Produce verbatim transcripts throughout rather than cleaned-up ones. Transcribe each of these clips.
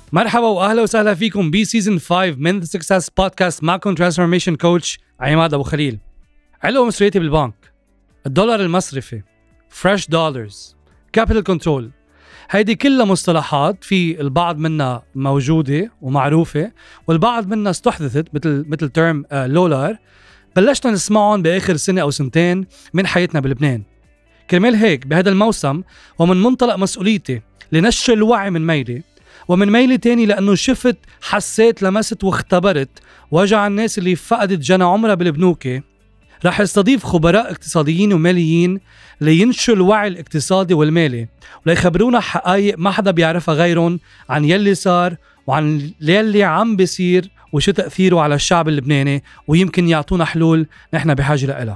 مرحبا واهلا وسهلا فيكم بسيزن خمسة من The Success Podcast. معكم Transformation Coach عماد أبو خليل. علو مصرياتي بالبنك، الدولار المصرفي، Fresh Dollars، Capital Control، هيدي كلها مصطلحات في البعض منها موجودة ومعروفة والبعض منها استحدثت مثل مثل تيرم لولار بلشنا نسمعهم بآخر سنة أو سنتين من حياتنا بلبنان. كرمال هيك بهذا الموسم ومن منطلق مسؤوليتي لنشر الوعي من ميلي، ومن ميلي تاني لأنه شفت حسيت لمست واختبرت وجع الناس اللي فقدت جنى عمرها بالبنوكي، رح استضيف خبراء اقتصاديين وماليين لينشروا الوعي الاقتصادي والمالي وليخبرونا حقائق ما حدا بيعرفها غيرهم عن يلي صار وعن يلي عم بيصير وشو تأثيره على الشعب اللبناني، ويمكن يعطونا حلول نحن بحاجة لها.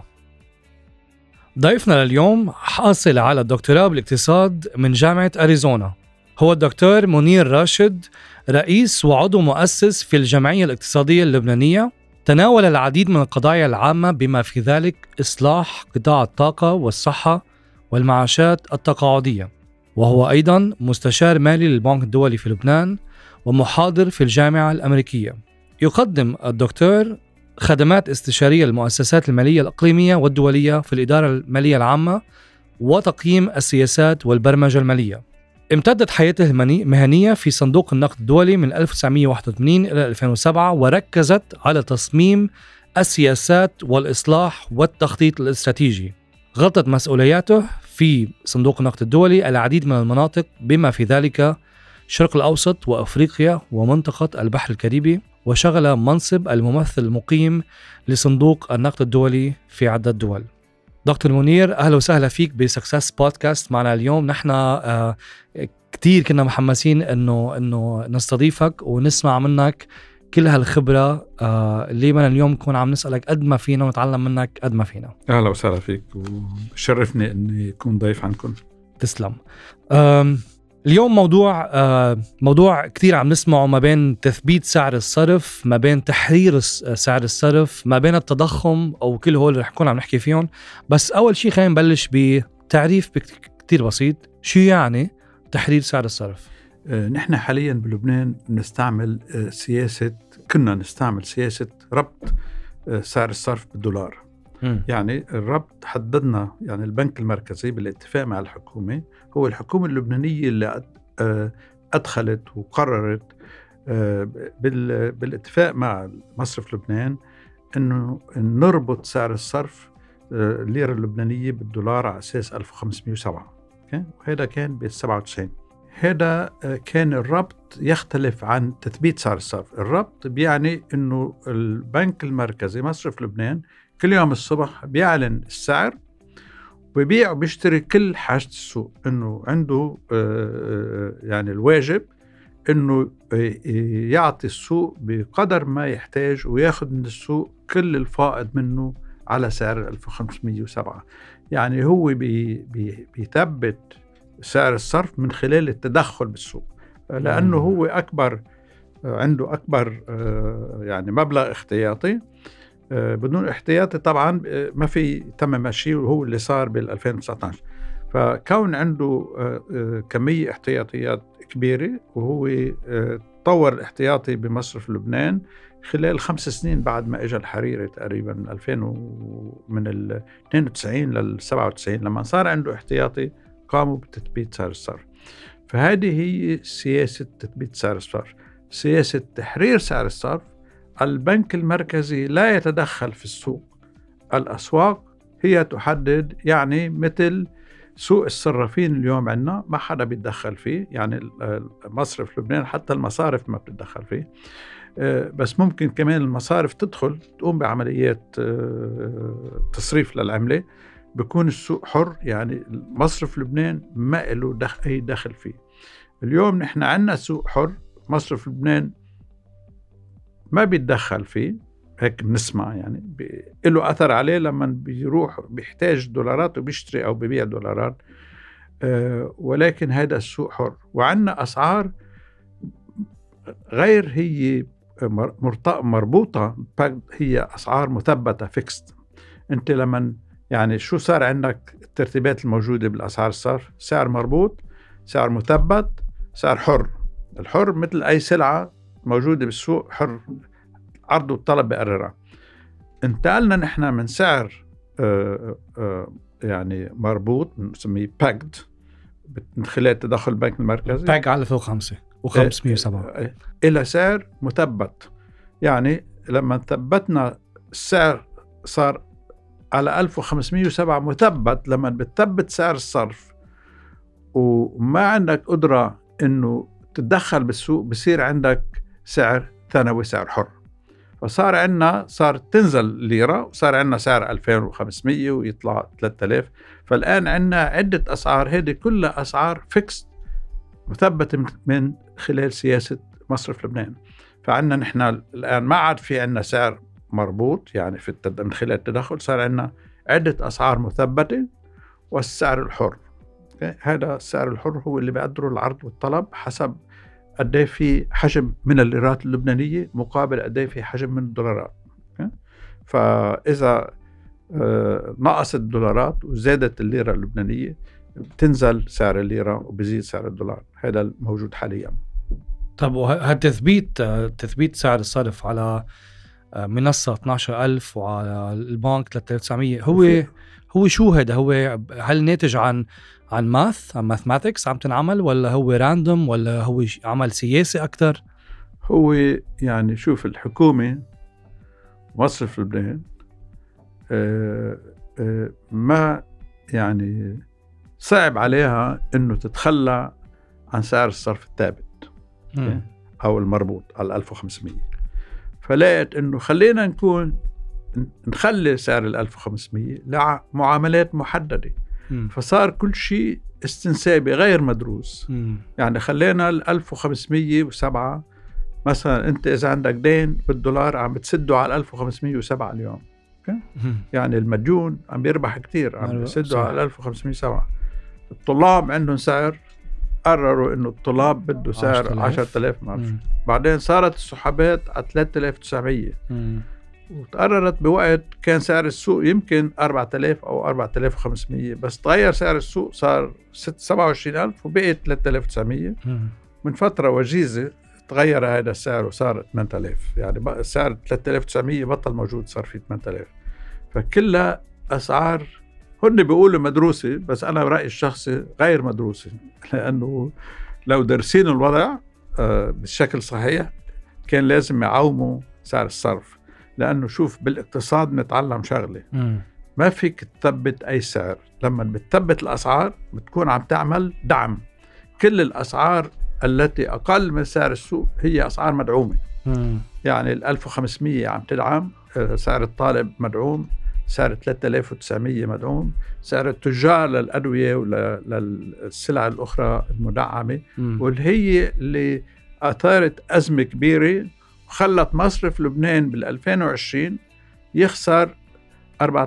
ضيفنا لليوم حاصل على الدكتوراه بالاقتصاد من جامعة أريزونا، هو الدكتور منير راشد، رئيس وعضو مؤسس في الجمعية الاقتصادية اللبنانية. تناول العديد من القضايا العامة بما في ذلك إصلاح قطاع الطاقة والصحة والمعاشات التقاعدية، وهو أيضا مستشار مالي للبنك الدولي في لبنان ومحاضر في الجامعة الأمريكية. يقدم الدكتور خدمات استشارية للمؤسسات المالية الإقليمية والدولية في الإدارة المالية العامة وتقييم السياسات والبرمجة المالية. امتدت حياته المهنية في صندوق النقد الدولي من ألف وتسعمائة وواحد وثمانين إلى ألفين وسبعة، وركزت على تصميم السياسات والإصلاح والتخطيط الاستراتيجي. غطت مسؤولياته في صندوق النقد الدولي العديد من المناطق بما في ذلك الشرق الأوسط وأفريقيا ومنطقة البحر الكاريبي، وشغل منصب الممثل المقيم لصندوق النقد الدولي في عدة دول. دكتور منير، أهلا وسهلا فيك بسكسس بودكاست معنا اليوم. نحن آه كتير كنا محمسين إنه إنه نستضيفك ونسمع منك كل هالخبرة آه اللي من اليوم نكون عم نسألك قد ما فينا ونتعلم منك قد ما فينا. أهلا وسهلا فيك وشرفني إني أكون ضيف عنكم. تسلم. اليوم موضوع آه موضوع كتير عم نسمعه، ما بين تثبيت سعر الصرف، ما بين تحرير سعر الصرف، ما بين التضخم، أو كل هول رح نكون عم نحكي فيهم. بس أول شيء خلينا نبلش بتعريف كتير بسيط، شو يعني تحرير سعر الصرف؟ آه نحن حاليا بلبنان نستعمل آه سياسة كنا نستعمل سياسة ربط آه سعر الصرف بالدولار. م. يعني الربط حددنا، يعني البنك المركزي بالاتفاق مع الحكومة، هو الحكومة اللبنانية اللي أدخلت وقررت بالاتفاق مع مصرف لبنان أنه نربط سعر الصرف الليرة اللبنانية بالدولار على أساس ألف وخمسمائة وسبعة، وهذا كان بالسبعة وتسعين. هذا كان الربط يختلف عن تثبيت سعر الصرف. الربط بيعني أنه البنك المركزي مصرف لبنان كل يوم الصبح بيعلن السعر وبيبيع وبيشتري كل حاجة السوق، إنه عنده يعني الواجب إنه يعطي السوق بقدر ما يحتاج وياخد من السوق كل الفائض منه على سعر ألف وخمسمائة وسبعة. يعني هو بي بي بيثبت سعر الصرف من خلال التدخل بالسوق، لأنه هو أكبر عنده أكبر يعني مبلغ احتياطي. بدون احتياطي طبعا ما في تم ماشي، وهو اللي صار بالألفين وتسعة عشر. فكون عنده كمية احتياطيات كبيرة، وهو طور الاحتياطي بمصرف لبنان خلال خمس سنين بعد ما اجى الحريري تقريبا من ألفين من ال اثنين وتسعين لل سبعة وتسعين، لما صار عنده احتياطي قاموا بتثبيت سعر الصرف. فهذه هي سياسة تثبيت سعر الصرف. سياسة تحرير سعر الصرف، البنك المركزي لا يتدخل في السوق، الأسواق هي تحدد. يعني مثل سوق الصرافين اليوم عندنا ما حدا بيتدخل فيه، يعني مصرف لبنان حتى المصارف ما بتتدخل فيه، بس ممكن كمان المصارف تدخل تقوم بعمليات تصريف للعملة، بيكون السوق حر. يعني مصرف لبنان ما له دخل أي دخل فيه. اليوم نحن عندنا سوق حر، مصرف لبنان ما بيتدخل فيه، هيك بنسمع يعني له أثر عليه لما بيروح بيحتاج دولارات وبيشتري أو بيبيع دولارات، أه ولكن هذا السوق حر. وعندنا أسعار غير هي مربوطة، هي أسعار مثبتة فيكست. أنت لما يعني شو صار عندك الترتيبات الموجودة بالأسعار الصرف؟ سعر مربوط، سعر مثبت، سعر حر. الحر مثل أي سلعة موجودة بالسوق، حر عرض والطلب بقررها. انتقلنا نحن من سعر آآ آآ يعني مربوط نسميه باكد من خلال تدخل البنك المركزي، باك على ألف وخمسة وخمسمية وسبعة، إلى سعر مثبت. يعني لما ثبتنا السعر صار على ألف وخمسمية وسبعة مثبت. لما بتثبت سعر الصرف وما عندك قدرة إنه تتدخل بالسوق، بصير عندك سعر ثانوي، سعر حر. فصار عندنا صار تنزل ليرة، وصار عندنا سعر ألفين وخمسمية ويطلع ثلاثة آلاف. فالآن عندنا عدة أسعار، هذه كلها أسعار فيكس مثبتة من خلال سياسة مصرف لبنان. فعندنا نحن الآن ما عاد في عندنا سعر مربوط يعني في التد... من خلال التدخل، صار عندنا عدة أسعار مثبتة والسعر الحر. هذا السعر الحر هو اللي بيقدره العرض والطلب حسب قديه في حجم من الليرات اللبنانية مقابل قديه في حجم من الدولارات. فإذا نقصت الدولارات وزادت الليرة اللبنانية بتنزل سعر الليرة وبزيد سعر الدولار. هذا الموجود حاليا. طب وهالتثبيت تثبيت سعر الصرف على منصة اثنا عشر ألف وعلى البنك ثلاثة آلاف وتسعمية هو هو شو هذا؟ هو هل ناتج عن عن ماث عن ماثماتكس عم تنعمل، ولا هو راندوم، ولا هو عمل سياسي أكتر؟ هو يعني شوف، الحكومة مصرف لبنان آه آه ما يعني صعب عليها إنه تتخلى عن سعر الصرف الثابت أو المربوط على ألف وخمسمية. فلاقت إنه خلينا نكون نخلي سعر الألف وخمسمية لمعاملات محددة. م. فصار كل شيء استنسابي غير مدروس. م. يعني خلينا الألف وخمسمية وسبعة مثلا، أنت إذا عندك دين بالدولار عم بتسده على ألف وخمسمية وسبعة اليوم. يعني المديون عم بيربح كتير، عم بيسده على ألف وخمسمية وسبعة. الطلاب عندهم سعر، قرروا إنه الطلاب بده سعر عشرة آلاف معرفش. بعدين صارت السحابات على ثلاثة آلاف وتسعمية، وتقررت بوقت كان سعر السوق يمكن أربعة آلاف أو أربعة آلاف وخمسمية، بس تغير سعر السوق صار سبعة وعشرين ألف وبقيت ثلاثة آلاف وتسعمية. من فترة وجيزة تغير هذا السعر وصار ثمانية آلاف. يعني بقى سعر ثلاثة آلاف وتسعمية بطل موجود، صار في ثمانية آلاف. فكلها أسعار هن بيقولوا مدروسة، بس أنا برأيي الشخصي غير مدروسة، لأنه لو درسين الوضع بالشكل صحيح كان لازم يعوموا سعر الصرف. لأنه شوف، بالاقتصاد نتعلم شغلة، م. ما فيك تثبت أي سعر. لما بتثبت الأسعار بتكون عم تعمل دعم. كل الأسعار التي أقل من سعر السوق هي أسعار مدعومة. م. يعني الألف وخمسمية عم تدعم، سعر الطالب مدعوم، سعر ثلاثة آلاف وتسعمية مدعوم، سعر التجار للأدوية وللسلع الأخرى المدعمة. م. واللي هي اللي أثارت أزمة كبيرة وخلت مصرف لبنان بالألفين وعشرين يخسر أربعة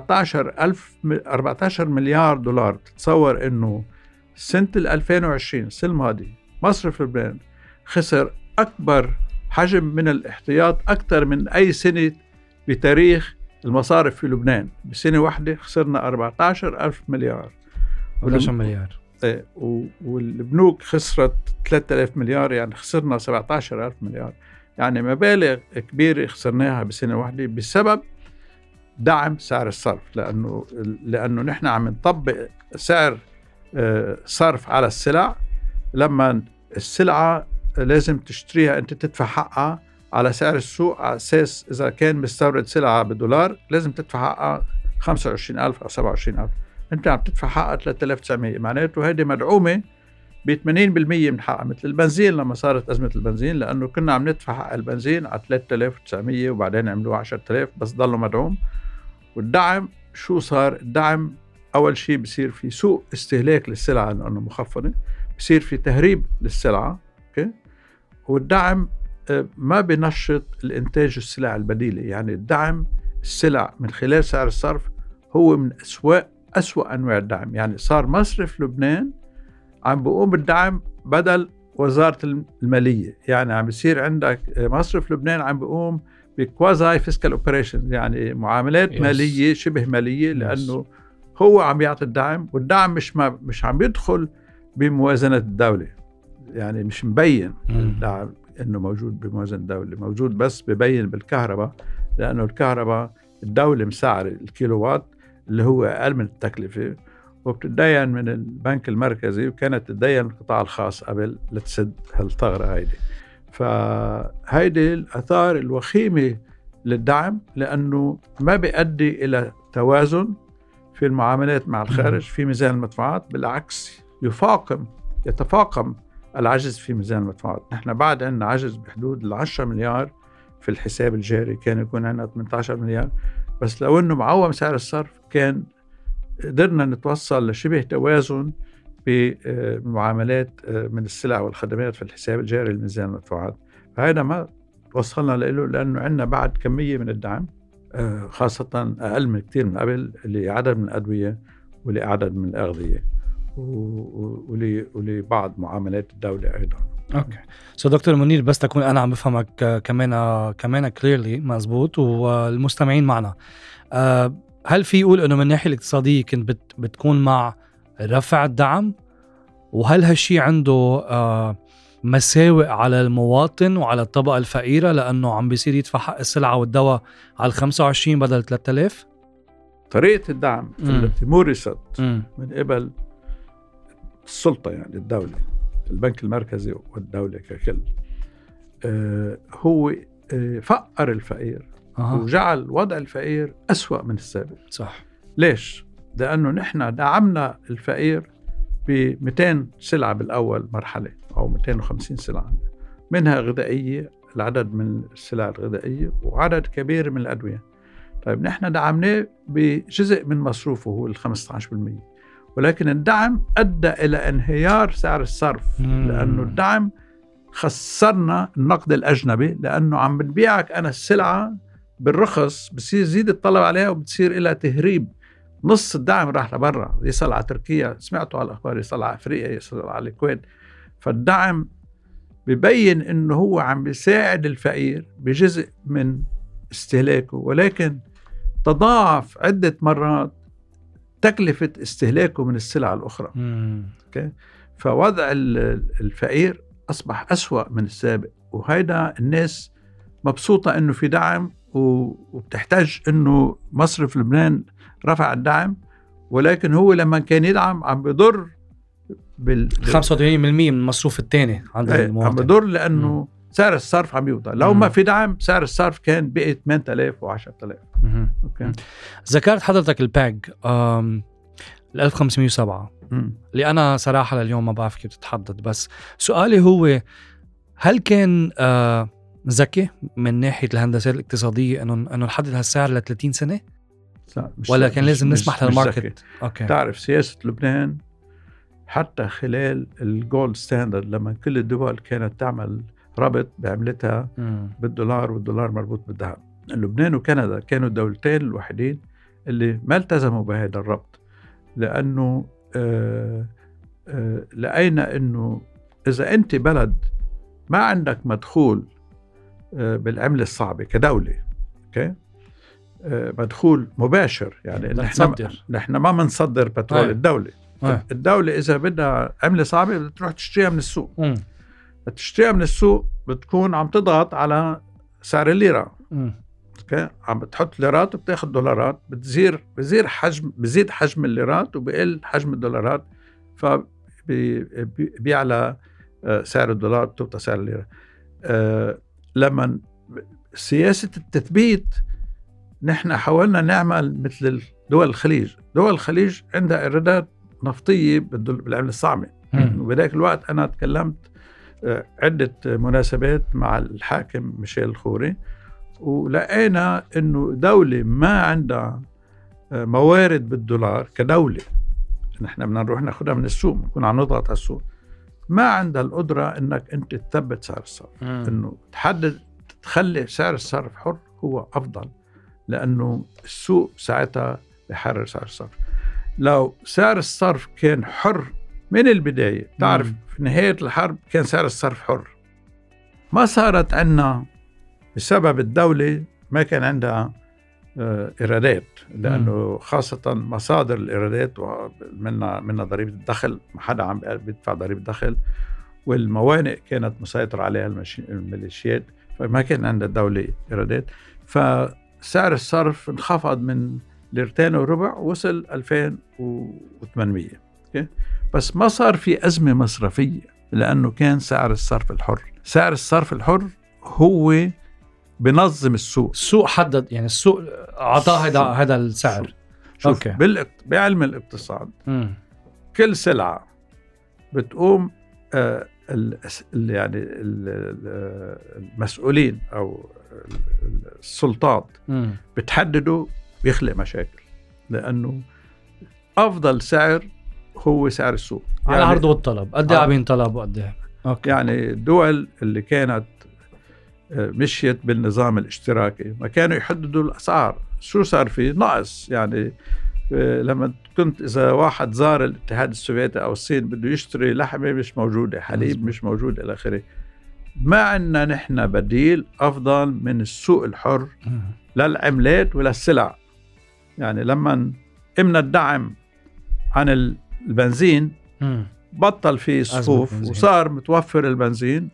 عشر مليار دولار. تتصور إنه سنة الألفين وعشرين السنة الماضية مصرف لبنان خسر أكبر حجم من الاحتياط، أكثر من أي سنة بتاريخ المصارف في لبنان. بسنة واحدة خسرنا أربعة عشر ألف مليار. أربعة عشر مليار. إيه، والبنوك خسرت ثلاثة آلاف مليار، يعني خسرنا سبعة عشر ألف مليار. يعني مبالغ كبيرة خسرناها بسنة واحدة بسبب دعم سعر الصرف. لأنه لأنه نحن عم نطبق سعر صرف على السلع. لما السلعة لازم تشتريها أنت تدفع حقها على سعر السوق، على أساس إذا كان مستورد سلعة بدولار لازم تدفع حقها خمسة وعشرين ألف أو سبعة وعشرين ألف، أنت عم تدفع حقها ثلاثة آلاف وتسعمية. معناته هذه مدعومة ب ثمانين بالمية من حقها. مثل البنزين لما صارت أزمة البنزين، لأنه كنا عم ندفع حق البنزين على ثلاثة آلاف وتسعمية وبعدين عملوه عشرة آلاف، بس ضلوا مدعوم. والدعم شو صار؟ الدعم أول شيء بصير في سوق استهلاك للسلعة لأنه مخفضة، بصير في تهريب للسلعة. أوكي؟ والدعم ما بنشط الإنتاج السلع البديلة. يعني الدعم السلع من خلال سعر الصرف هو من أسوأ أسوأ أنواع الدعم. يعني صار مصرف لبنان عم بقوم بالدعم بدل وزارة المالية. يعني عم بيصير عندك مصرف لبنان عم بقوم بكوازاي فيسكال اوبريشن، يعني معاملات yes. مالية شبه مالية، لأنه yes. هو عم يعطي الدعم، والدعم مش ما مش عم يدخل بموازنة الدولة. يعني مش مبين مم. الدعم إنه موجود بموازنة الدولة، موجود بس ببين بالكهرباء، لأنه الكهرباء الدولة مسعر الكيلووات اللي هو أقل من التكلفة، وبتدين من البنك المركزي، وكانت تدين القطاع الخاص قبل لتسد هالثغرة هيدي. فهيدي الآثار الوخيمة للدعم، لأنه ما بيؤدي إلى توازن في المعاملات مع الخارج في ميزان المدفوعات، بالعكس يفاقم يتفاقم العجز في ميزان المدفوعات. نحن بعد عندنا عجز بحدود العشرة مليار في الحساب الجاري، كان يكون عندنا ثمانية عشر مليار، بس لو أنه معوم سعر الصرف كان قدرنا نتوصل لشبه توازن بمعاملات من السلع والخدمات في الحساب الجاري لميزان المدفوعات. فهذا ما وصلنا له، لأنه عندنا بعد كمية من الدعم، خاصة أقل من كتير من قبل، لعدد من الأدوية ولعدد من الأغذية ولبعض معاملات الدولة أيضا. اوكي سو دكتور منير، بس تكون انا عم بفهمك كمان كمان كليرلي مزبوط، والمستمعين معنا، هل في يقول انه من الناحيه الاقتصاديه كنت بت بتكون مع رفع الدعم، وهل هالشي عنده مساوئ على المواطن وعلى الطبقه الفقيره، لانه عم بيصير يدفع حق السلعه والدواء على خمسة وعشرين بدل ثلاثة آلاف؟ طريقه الدعم التي مورست من قبل السلطه، يعني الدوله، البنك المركزي والدولة ككل، آه هو آه فقر الفقير أه. وجعل وضع الفقير أسوأ من السابق. صح. ليش؟ لأنه نحن دعمنا الفقير ب مئتين سلعة بالأول مرحلة، أو مئتين وخمسين سلعة، منها غذائية، العدد من السلع الغذائية، وعدد كبير من الأدوية. طيب نحن دعمناه بجزء من مصروفه هو الخمسة عشر بالمئة، ولكن الدعم أدى إلى انهيار سعر الصرف، لأنه الدعم خسرنا النقد الأجنبي، لأنه عم بنبيعك أنا السلعة بالرخص، بصير يزيد الطلب عليها وبتصير إلى تهريب. نص الدعم راح لبرا، يصل على تركيا، سمعتوا على الأخبار، يصل على أفريقيا، يصل على الكويت. فالدعم بيبين إنه هو عم بيساعد الفقير بجزء من استهلاكه، ولكن تضاعف عدة مرات تكلفة استهلاكه من السلع الأخرى. okay. فوضع الفقير أصبح أسوأ من السابق، وهيدا الناس مبسوطة إنه في دعم، وبتحتاج إنه مصرف لبنان رفع الدعم، ولكن هو لما كان يدعم عم بيضر بال خمسة وثمانين بالمئة من المصروف الثاني عند المواطن، عم بيضر لأنه مم. سعر الصرف عم يوطى. لو مم. ما في دعم سعر الصرف كان بقي ثمانية آلاف وعشرة آلاف. اوكي. ذكرت حضرتك الباج ال ألف وخمسمية وسبعة مم. اللي انا صراحه لليوم ما بعرف كيف تتحدد، بس سؤالي هو هل كان آه ذكي من ناحيه الهندسه الاقتصاديه انه انه نحدد هالسعر ل ثلاثين سنه، ولا كان لازم نسمح للماركت؟ اوكي. تعرف سياسه لبنان حتى خلال الجولد ستاندرد، لما كل الدول كانت تعمل ربط بعملتها مم. بالدولار، والدولار مربوط بالذهب، لبنان وكندا كانوا الدولتين الوحيدين اللي ما التزموا بهذا الربط، لأنه آه آه لقينا أنه إذا أنت بلد ما عندك مدخول آه بالعملة الصعبة كدولة، أوكي، آه مدخول مباشر، يعني نحن, نحن ما منصدر بترول آه. الدولة آه. الدولة إذا بدها عملة صعبة بتروح تشتريها من السوق، م. تشتريها من السوق بتكون عم تضغط على سعر الليرة، م. اوكي، عم بتحط ليرات وبتاخد دولارات، بتزير بزير حجم بزيد حجم الليرات وبقل حجم الدولارات، فبيعلى سعر الدولار، بتوطى سعر الليرة. أه لما سياسة التثبيت نحن حاولنا نعمل مثل دول الخليج. دول الخليج عندها إيرادات نفطية بالعملة الصعبة، وبذاك الوقت أنا تكلمت عدة مناسبات مع الحاكم ميشيل الخوري، ولقينا إنه دولة ما عندها موارد بالدولار كدولة، نحن بدنا نروح ناخدها من السوق، نكون عم نضغط على السوق، ما عندها القدرة إنك أنت تثبت سعر الصرف، إنه تحدد تخلي سعر الصرف حر هو أفضل، لأنه السوق ساعتها بحرر سعر الصرف. لو سعر الصرف كان حر من البداية، تعرف مم. في نهاية الحرب كان سعر الصرف حر، ما صارت عنا بسبب الدولة ما كان عندها إيرادات، لأنه خاصة مصادر الإيرادات، ومنها منها ضريبة الدخل، ما حدا عم بيدفع ضريبة الدخل، والموانئ كانت مسيطر عليها الميليشيات، فما كان عند الدولة إيرادات. فسعر الصرف انخفض من ليرتين وربع وصل ألفين وثمانمية. بس ما صار في أزمة مصرفية لأنه كان سعر الصرف الحر. سعر الصرف الحر هو بنظم السوق. السوق حدد، يعني السوق عطاه هذا هذا السعر. أوكي. بعلم الاقتصاد م. كل سلعة بتقوم آه ال يعني المسؤولين أو السلطات م. بتحددوا، بيخلق مشاكل، لأنه أفضل سعر هو سعر السوق على يعني العرض والطلب. قد ايه عم طلب وقد ايه. يعني الدول اللي كانت مشيت بالنظام الاشتراكي ما كانوا يحددوا الأسعار. شو صار فيه؟ نقص. يعني لما كنت إذا واحد زار الاتحاد السوفيتي أو الصين بده يشتري لحمة مش موجودة، حليب مش موجود إلى آخره، ما عندنا نحن بديل أفضل من السوق الحر للعملات وللسلع. يعني لما قمنا الدعم عن البنزين بطل فيه صفوف وصار متوفر البنزين،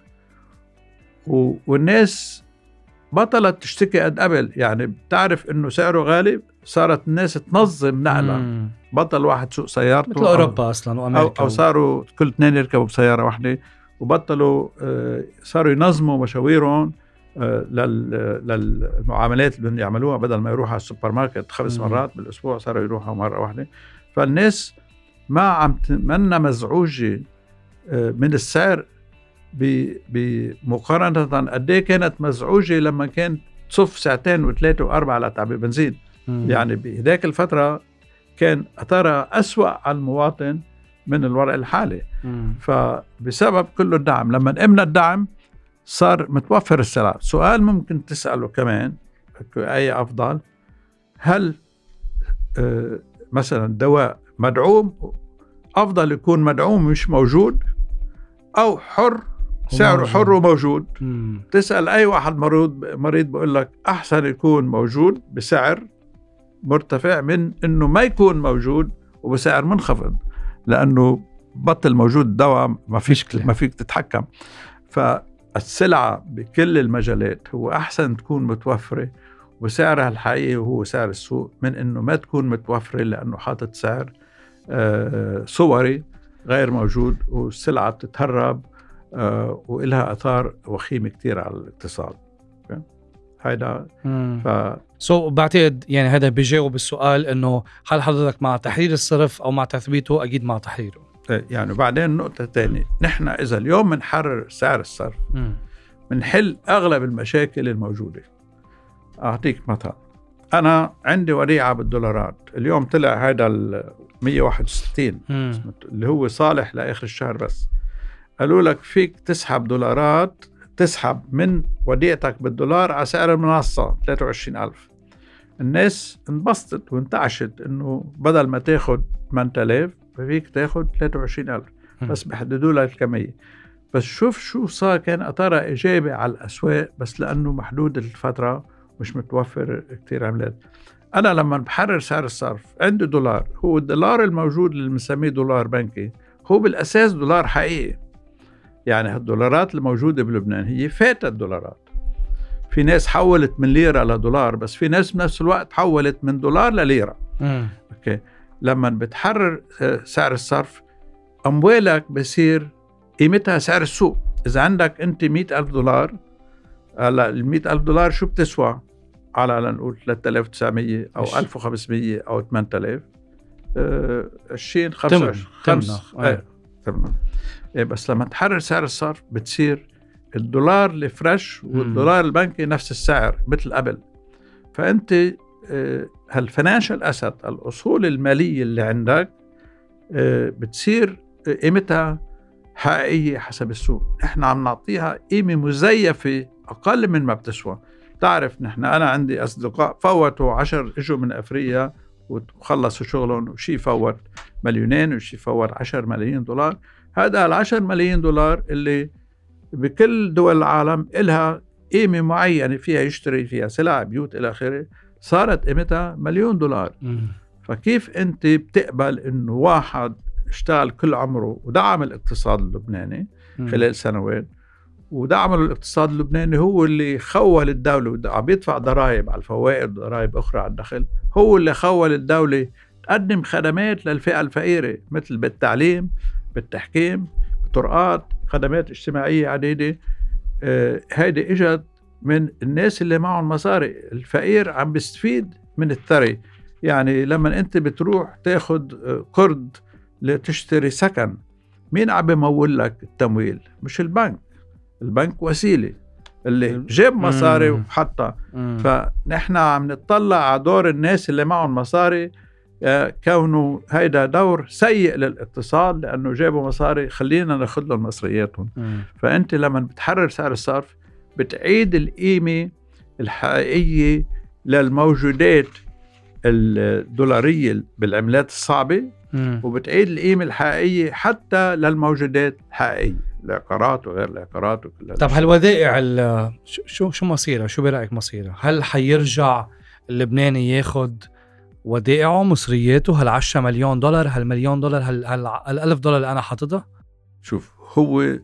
والناس بطلت تشتكي قد قبل. يعني بتعرف انه سعره غالي، صارت الناس تنظم نقلة. بطل واحد سوق سيارته مثل اوروبا اصلا وامريكا، او, أو صاروا كل اثنين يركبوا بسيارة واحدة، وبطلوا آه صاروا ينظموا مشاويرهم آه للمعاملات اللي يعملوها. بدل ما يروحوا على السوبر ماركت خمس مم. مرات بالاسبوع صاروا يروحوا مرة واحدة. فالناس ما عم منا مزعوجة آه من السعر بمقارنة قد ايه كانت مزعوجة لما كانت تصف ساعتين وثلاثة وأربعة لتعبئة بنزين. مم. يعني بهداك الفترة كان أثرها أسوأ على المواطن من الوضع الحالي. مم. فبسبب كل الدعم، لما قمنا الدعم صار متوفر السلع. سؤال ممكن تسأله كمان، أي أفضل؟ هل آه مثلا دواء مدعوم أفضل يكون مدعوم مش موجود، أو حر سعره حر وموجود؟ مم. تسأل أي واحد مريض مريض بقول لك أحسن يكون موجود بسعر مرتفع من إنه ما يكون موجود وبسعر منخفض، لأنه بطل موجود دواء ما فيش ما فيك تتحكم. فالسلعة بكل المجالات هو أحسن تكون متوفرة وسعرها الحقيقي وهو سعر السوق، من إنه ما تكون متوفرة لأنه حاطط سعر آه صوري غير موجود والسلعة بتتهرب آه وإلها أثار وخيمة كتير على الاقتصاد. هيدا ف سو so, بعتقد يعني هذا بيجاوب السؤال إنه هل حضرتك مع تحرير الصرف أو مع تثبيته؟ أكيد مع تحريره. يعني بعدين نقطة تانية، نحن إذا اليوم منحرر سعر الصرف منحل أغلب المشاكل الموجودة. أعطيك مثال، أنا عندي وديعة بالدولارات، اليوم طلع هذا ال مية وواحد وستين اللي هو صالح لآخر الشهر، بس قالوا لك فيك تسحب دولارات، تسحب من وديعتك بالدولار على سعر المنصة ثلاثة وعشرين ألف. الناس انبسطت وانتعشت إنه بدل ما تاخد ثمانية آلاف فيك تاخد ثلاثة وعشرين ألف، بس بحددوا لك الكمية. بس شوف شو صار، كان أثرها إيجابي على الأسواق، بس لأنه محدود الفترة مش متوفر كتير عملات. أنا لما بحرر سعر الصرف عندي دولار، هو الدولار الموجود اللي بنسميه دولار بنكي هو بالأساس دولار حقيقي. يعني الدولارات الموجودة بلبنان هي فاتت دولارات. في ناس حولت من ليرة لدولار، بس في ناس بنفس الوقت حولت من دولار لليرة. مم. أوكي. لما بتحرر سعر الصرف أموالك بصير قيمتها سعر السوق. إذا عندك أنت مئة ألف دولار، هلا المئة ألف دولار شو بتسوى؟ على لنقول ثلاثة آلاف وتسعمية أو ألف وخمسمية أو ثمانية آلاف، أه عشرين خمسة خمسة تمام. إيه بس لما تحرر سعر الصرف بتصير الدولار الفريش والدولار البنكي نفس السعر مثل قبل. فأنت أه هالفينانشال أسد، الأصول المالية اللي عندك أه بتصير قيمتها حقيقية حسب السوق. إحنا عم نعطيها قيمة مزيفة أقل من ما بتسوى. تعرف نحن أنا عندي أصدقاء فوتوا عشر إجوا من أفريقيا وخلصوا شغلهم، وشي فوت مليونين وشي فوت عشر ملايين دولار. هذا العشر ملايين دولار اللي بكل دول العالم إلها قيمة معينة فيها يشتري فيها سلع بيوت إلى آخره، صارت قيمتها مليون دولار. م. فكيف أنت بتقبل إنه واحد اشتغل كل عمره ودعم الاقتصاد اللبناني خلال سنوات، ودعم الاقتصاد اللبناني هو اللي خول الدولة، عم يدفع ضرائب على الفوائد وضرائب أخرى على الدخل، هو اللي خول الدولة تقدم خدمات للفئة الفقيرة مثل بالتعليم، بالتحكيم، بطرقات، خدمات اجتماعية عديدة. آه هيدي اجت من الناس اللي معهم مصاري. الفقير عم بيستفيد من الثري. يعني لما انت بتروح تاخد قرض لتشتري سكن، مين عم بيمول لك التمويل؟ مش البنك. البنك وسيلة اللي جاب مصاري وحطها. فنحن عم نطلع على دور الناس اللي معهم مصاري، كونه هيدا دور سيء للاقتصاد لأنه جابوا مصاري، خلينا ناخد لهم مصرياتهم. فأنت لما بتحرر سعر الصرف بتعيد القيمة الحقيقية للموجودات الدولارية بالعملات الصعبة، وبتعيد القيمة الحقيقية حتى للموجودات الحقيقية، العقارات وغير العقارات وكل. طب هالودائع شو شو مصيرها؟ شو برأيك مصيرها؟ هل حيرجع اللبناني ياخد ودائعه مصرياته هالعشرة مليون دولار، هالمليون دولار، هال هالألف دولار اللي أنا حاططها؟ شوف، هو آه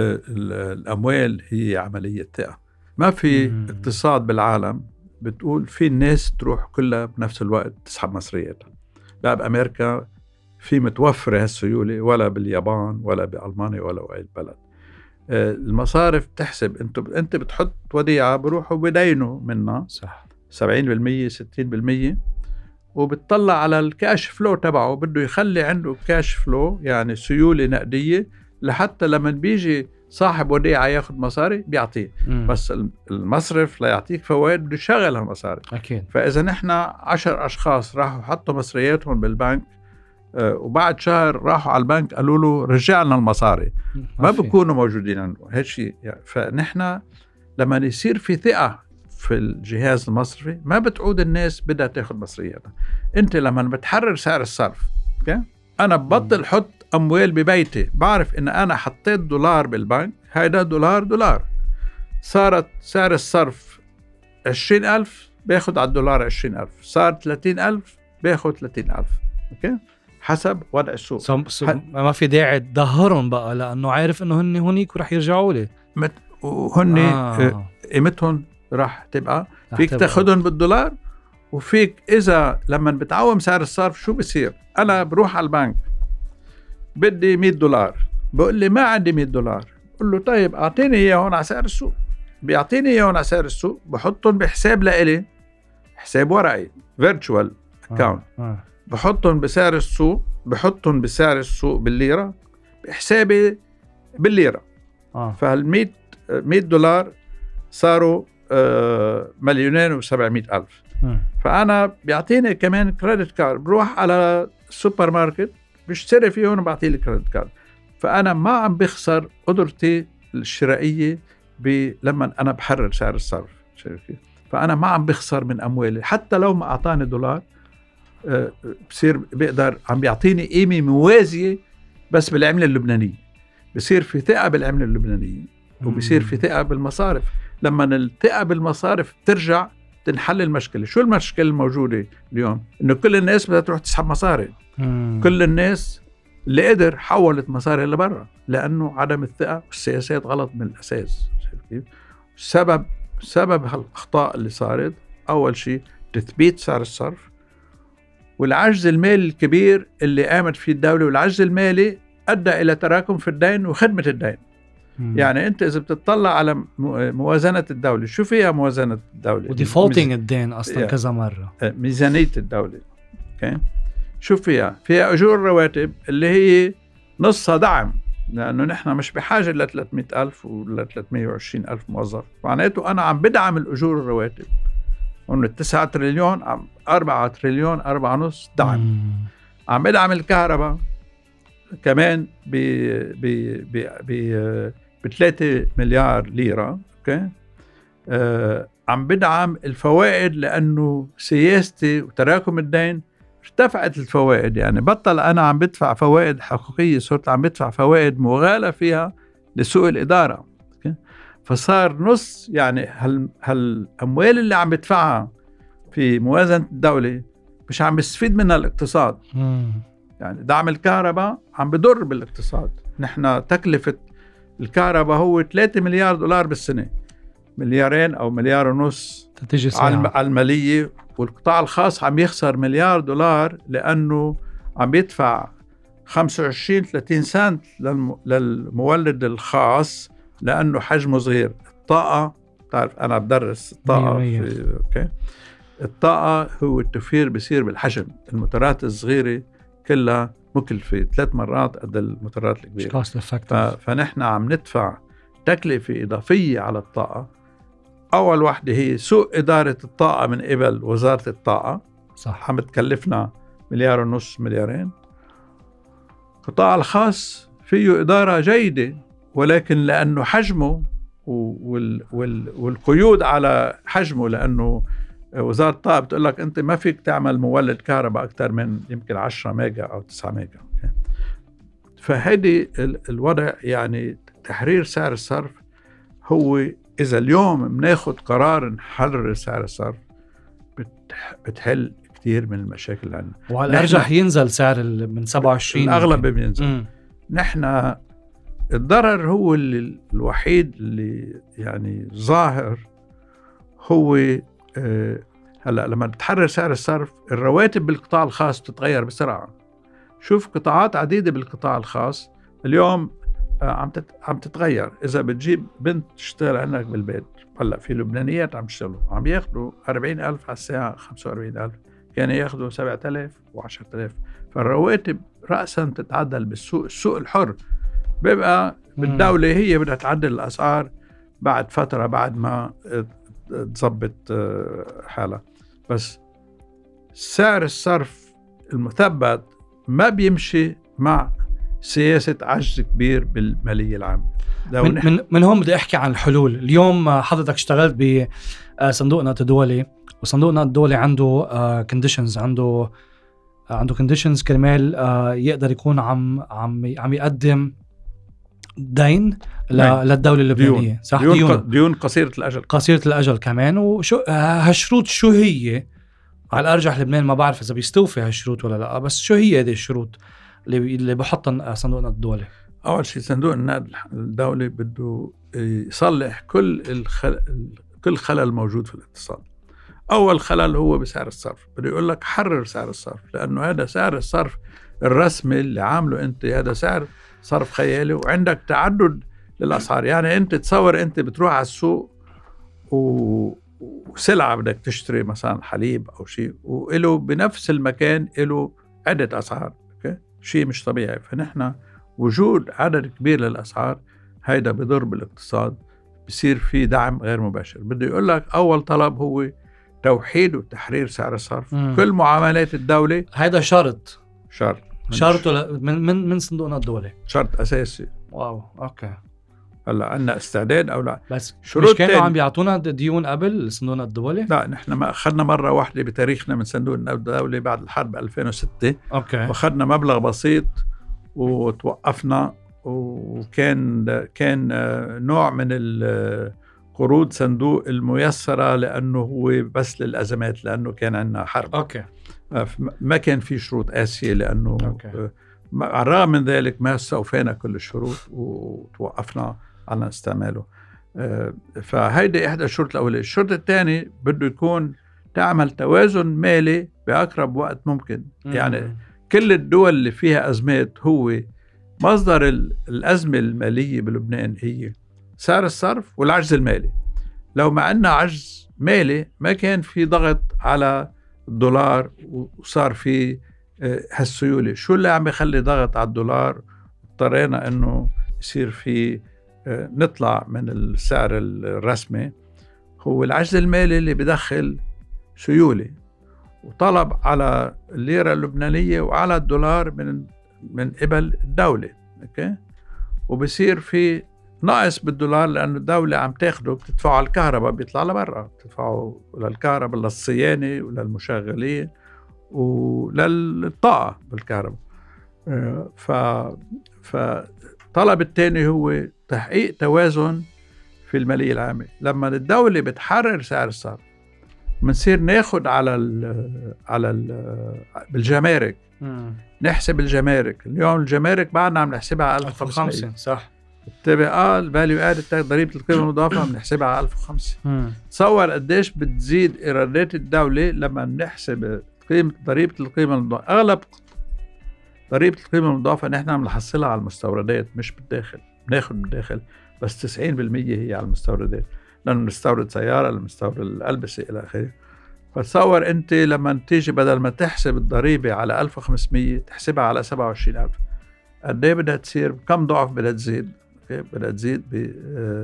الأموال هي عملية ثقة. ما في مم. اقتصاد بالعالم بتقول في الناس تروح كلها بنفس الوقت تسحب مصرياتها. لا بأمريكا في متوفرة هالسيولة، ولا باليابان ولا بألمانيا ولا بأي بلد. آه المصارف تحسب، انت انت بتحط وديعة بروحوا بدينوا منها صح سبعين بالمية ستين بالمية، وبتطلع على الكاش فلو تبعه، بده يخلي عنده كاش فلو يعني سيولة نقدية، لحتى لما بيجي صاحب وديعة ياخد مصاري بيعطيه. مم. بس المصرف لا يعطيك فوائد، بده يشغل هالمصاري. أكيد. فإذا نحن عشر أشخاص راحوا حطوا مصرياتهم بالبنك، آه وبعد شهر راحوا على البنك قالوا له رجع لنا المصاري، ما بيكونوا موجودين عنده هالشيء. يعني فنحن لما يصير في ثقة في الجهاز المصرفي، ما بتعود الناس بدها تاخد مصرياتها. انت لما بتحرر سعر الصرف، okay؟ انا ببطل حط اموال ببيتي، بعرف ان انا حطيت دولار بالبنك، هيدا دولار دولار، صارت سعر الصرف عشرين ألف باخد على الدولار عشرين ألف، صار ثلاثين ألف باخد ثلاثين ألف. اوكي، حسب وضع السوق. سم سم ح... ما في داعي تدهرهم بقى، لانه عارف انه هن هونيك ورح يرجعوا لي مت... وهن آه. قيمتهم راح تبقى رح فيك تاخدهم بالدولار. وفيك إذا لما بتعوم سعر الصرف شو بصير؟ أنا بروح على البنك بدي مية دولار، بقول لي ما عندي مية دولار، بقول له طيب أعطيني إياه هون على سعر السوق. بيعطيني إياه هون على سعر السوق، بحطهم بحساب لإلي، حساب ورقي virtual account، آه. آه. بحطهم بسعر السوق، بحطهم بسعر السوق بالليرة، بحسابي بالليرة. آه. فهالمية مية دولار صاروا آه مليونين وسبعمائة ألف. م. فأنا بيعطيني كمان كريدت كارد، بروح على السوبر ماركت بشتري فيهم وبعطي لي كريدت كارد. فأنا ما عم بخسر قدرتي الشرائية لما أنا بحرر سعر الصرف. فأنا ما عم بخسر من أموالي، حتى لو ما أعطاني دولار آه بصير بيقدر عم بيعطيني قيمة موازية بس بالعملة اللبنانية. بصير في ثقة بالعملة اللبنانية، وبصير في ثقة بالمصارف. لما الثقة بالمصارف ترجع تنحل المشكلة. شو المشكلة الموجودة اليوم؟ إنه كل الناس بدها تروح تسحب مصاري. مم. كل الناس اللي قدر حولت مصاري لبرا، لأنه عدم الثقة والسياسات غلط من الأساس. سبب سبب هالأخطاء اللي صارت أول شيء تثبيت سعر الصرف، والعجز المالي الكبير اللي قامت فيه الدولة. والعجز المالي أدى إلى تراكم في الدين وخدمة الدين. مم. يعني أنت إذا بتطلع على موازنة الدولة، شو فيها موازنة الدولة؟ وديفولتينج ميز... الدين أصلا كذا مرة. ميزانية الدولة okay. شو فيها؟ فيها أجور رواتب اللي هي نصها دعم، لأنه نحن مش بحاجة ل ثلاثمائة ألف ولا ثلاثمائة وعشرين ألف موظف. معناته أنا عم بدعم الأجور الرواتب، ومن التسعة تريليون عم أربعة تريليون أربعة نص دعم. مم. عم بدعم الكهرباء كمان ب ب ب ب بثلاثة مليار ليرة. اوكي، آه عم بدعم الفوائد، لأنه سياستي وتراكم الدين ارتفعت الفوائد. يعني بطل أنا عم بدفع فوائد حقيقية، صرت عم بدفع فوائد مغالى فيها لسوء الإدارة. اوكي، فصار نص يعني هال هالأموال اللي عم بدفعها في موازنة الدولة مش عم بيستفيد منها الاقتصاد. مم. يعني دعم الكهرباء عم بضر بالاقتصاد. نحن تكلفة الكهرباء هو ثلاثة مليار دولار بالسنة، مليارين أو مليار ونص على المالية، والقطاع الخاص عم يخسر مليار دولار لأنه عم يدفع خمسة وعشرين ثلاثين سنت للمولد الخاص لأنه حجمه صغير. الطاقة، تعرف أنا بدرس الطاقة في أوكي. الطاقة هو التوفير بيصير بالحجم، الموتورات الصغيرة كلها مكلفة ثلاث مرات قد الموتورات الكبيرة، ف... فنحن عم ندفع تكلفة إضافية على الطاقة. أول واحدة هي سوء إدارة الطاقة من قبل وزارة الطاقة، صح، عم تكلفنا مليار ونص مليارين. القطاع الخاص فيه إدارة جيدة، ولكن لأنه حجمه وال... وال... والقيود على حجمه، لأنه وزارة الطاقة بتقول لك أنت ما فيك تعمل مولد كهرباء أكثر من يمكن عشرة ميجا أو تسعة ميجا. فهذه الوضع، يعني تحرير سعر الصرف هو إذا اليوم بناخد قرار نحرر سعر الصرف بتحل كتير من المشاكل اللي عندنا. وعلى الأرجح ينزل سعر من سبعة وعشرين، الأغلب بينزل. نحن الضرر هو اللي الوحيد اللي يعني ظاهر هو أه هلا لما بتحرر سعر الصرف الرواتب بالقطاع الخاص تتغير بسرعة. شوف قطاعات عديدة بالقطاع الخاص اليوم عم تت... عم تتغير. إذا بتجيب بنت تشتغل عندك بالبيت، هلا في لبنانيات عم يشتغلوا عم ياخدوا أربعين ألف على الساعة، خمسة وأربعين ألف، كانوا ياخدوا سبعة آلاف وعشرة آلاف. فالرواتب رأسا تتعدل بالسوق، السوق الحر بيبقى بالدولة هي بدها تعدل الأسعار بعد فترة، بعد ما تضبط حالها. بس سعر الصرف المثبت ما بيمشي مع سياسة عجز كبير بالمالية العامة. من, من, من هون بدي أحكي عن الحلول. اليوم حضرتك اشتغلت بصندوق نقد الدولي، وصندوق نقد الدولي عنده كونديشنز، عنده عنده كونديشنز كرمال يقدر يكون عم عم عم يقدم دين للدولة اللبنانية، صح؟ ديون, ديون, ديون قصيرة الأجل، قصيرة الأجل كمان. وشو هالشروط شو هي؟ على الأرجح لبنان ما بعرف إذا بيستوفي هالشروط ولا لا، بس شو هي هذه الشروط اللي اللي بحطها صندوق النقد الدولي؟ أول شيء صندوق النقد الدولي بده يصلح كل الخل... كل خلل موجود في الاقتصاد. أول خلل هو بسعر الصرف، بده يقول لك حرر سعر الصرف، لأنه هذا سعر الصرف الرسمي اللي عامله أنت، هذا سعر صرف خيالي، وعندك تعدد للأسعار. يعني أنت تصور أنت بتروح على السوق و... وسلعة بدك تشتري مثلا حليب أو شيء، وإله بنفس المكان إله عدة أسعار، أوكي؟ شيء مش طبيعي. فنحن وجود عدد كبير للأسعار هيدا بضر بالاقتصاد، بصير في دعم غير مباشر. بده يقول لك أول طلب هو توحيد وتحرير سعر الصرف. مم. كل معاملات الدولة هيدا شرط شرط شرط من من من صندوقنا الدولي، شرط أساسي. واو أوكي. هلا عندنا استعداد أو لا؟ بس مش كانوا عم بيعطونا ديون قبل صندوقنا الدولي؟ لا، نحن ما أخذنا مرة واحدة بتاريخنا من صندوق النقد الدولي بعد الحرب ألفين وستة. أوكي. وأخذنا مبلغ بسيط وتوقفنا، وكان كان نوع من القروض صندوق الميسرة لأنه هو بس للأزمات، لأنه كان عندنا حرب. أوكي. ما كان في شروط قاسية، لأنه أوكي. على الرغم من ذلك ما استوفينا كل الشروط وتوقفنا على استعماله. فهيدا إحدى الشروط الأولية. الشرط الثاني بده يكون تعمل توازن مالي بأقرب وقت ممكن. م- يعني كل الدول اللي فيها أزمات هو مصدر الأزمة المالية بلبنان هي سعر الصرف والعجز المالي. لو ما عندنا عجز مالي ما كان في ضغط على الدولار وصار في هالسيولة. شو اللي عم يخلي ضغط على الدولار؟ اضطرينا انه يصير في نطلع من السعر الرسمي، هو العجز المالي اللي بدخل سيولة وطلب على الليرة اللبنانية وعلى الدولار من من قبل الدولة. اوكي. وبصير في نقص بالدولار لأنه الدولة عم تاخده بتدفعه على الكهرباء، بيطلع لبرا، بتدفعه للكهرباء للصيانة وللمشغلين وللطاقة بالكهرباء. ف فطلب الثاني هو تحقيق توازن في المالية العامة. لما الدولة بتحرر سعر الصرف بنصير ناخد على ال على ال بالجمارك. مم. نحسب الجمارك. اليوم الجمارك بعدنا عم نحسبها على ألف وخمسمية، صح. التبقى الفاليو اد ضريبه القيمه المضافه بنحسبها على ألف وخمسة. تصور قديش بتزيد ايرادات الدوله لما بنحسب قيمه ضريبه القيمه المضافه. اغلب ضريبه القيمه المضافه نحن بنحصلها على المستوردات مش بالداخل، بناخذ بالداخل بس تسعين بالمية هي على المستوردات، لانه نستورد سياره، نستورد الالبسه الى اخره. فتصور انت لما تيجي بدل ما تحسب الضريبه على ألف وخمسمية تحسبها على سبعة وعشرين ألف، قد ايه بدها تصير؟ كم ضعف بدها تزيد؟ بدها تزيد ب